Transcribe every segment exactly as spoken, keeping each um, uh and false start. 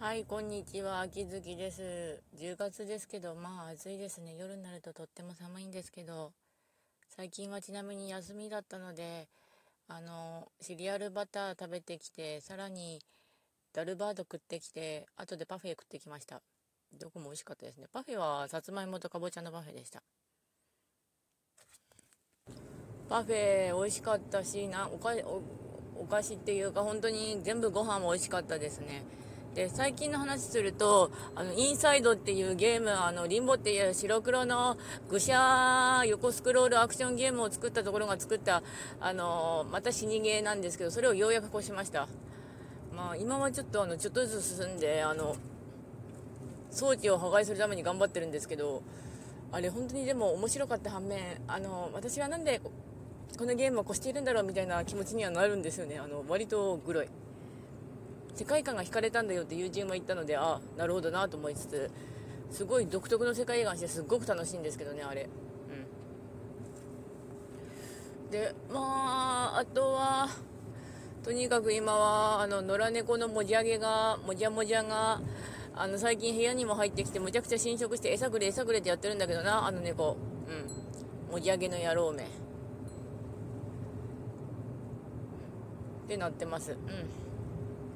はい、こんにちは。秋月です。じゅうがつですけど、まあ暑いですね。夜になるととっても寒いんですけど、最近はちなみに休みだったので、あの、シリアルバター食べてきて、さらにダルバード食ってきて、後でパフェ食ってきました。どこも美味しかったですね。パフェはさつまいもとかぼちゃのパフェでした。パフェ美味しかったし、なおかおお菓子っていうか本当に全部ご飯も美味しかったですね。で最近の話すると、あのインサイドっていうゲーム、あのリンボっていう白黒のぐしゃー横スクロールアクションゲームを作ったところが作った、あのまた死にゲーなんですけど、それをようやく越しました。まあ今はちょっとあのちょっとずつ進んで、あの装置を破壊するために頑張ってるんですけど、あれ本当にでも面白かった反面、あの私はなんでこのゲームを越しているんだろうみたいな気持ちにはなるんですよね。あの割とグロい世界観が惹かれたんだよって友人も言ったので、あ、なるほどなと思いつつ、すごい独特の世界観してすっごく楽しいんですけどね、あれ。うん、でまああとはとにかく今はあの野良猫のもじあげがもじゃもじゃがあの最近部屋にも入ってきてむちゃくちゃ侵食して餌くれ餌くれってやってるんだけどな、あの猫。うん、もじあげの野郎めってなってます。うん。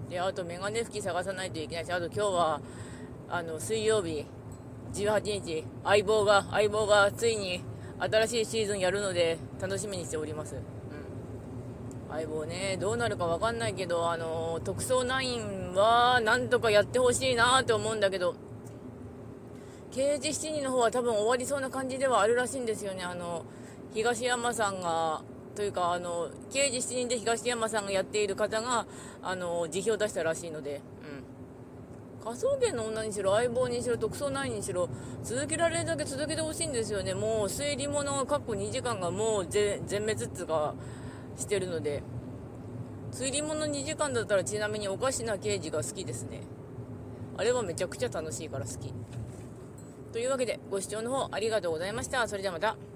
であとメガネ拭き探さないといけないし、あと今日はあの水曜日じゅうはちにち、相棒が相棒がついに新しいシーズンやるので楽しみにしております。うん、相棒ね、どうなるか分かんないけど、あの特捜ナインはなんとかやってほしいなと思うんだけど、刑事しちにんの方は多分終わりそうな感じではあるらしいんですよね。あの東山さんがというか、あの刑事しちにんで東山さんがやっている方があの辞表を出したらしいので、うん、科捜研の女にしろ相棒にしろ特捜ナインにしろ続けられるだけ続けてほしいんですよね。もう推理物過去にじかんがもう全滅っつうかしてるので、推理物にじかんだったらちなみにおかしな刑事が好きですね。あれはめちゃくちゃ楽しいから好き。というわけでご視聴の方ありがとうございました。それではまた。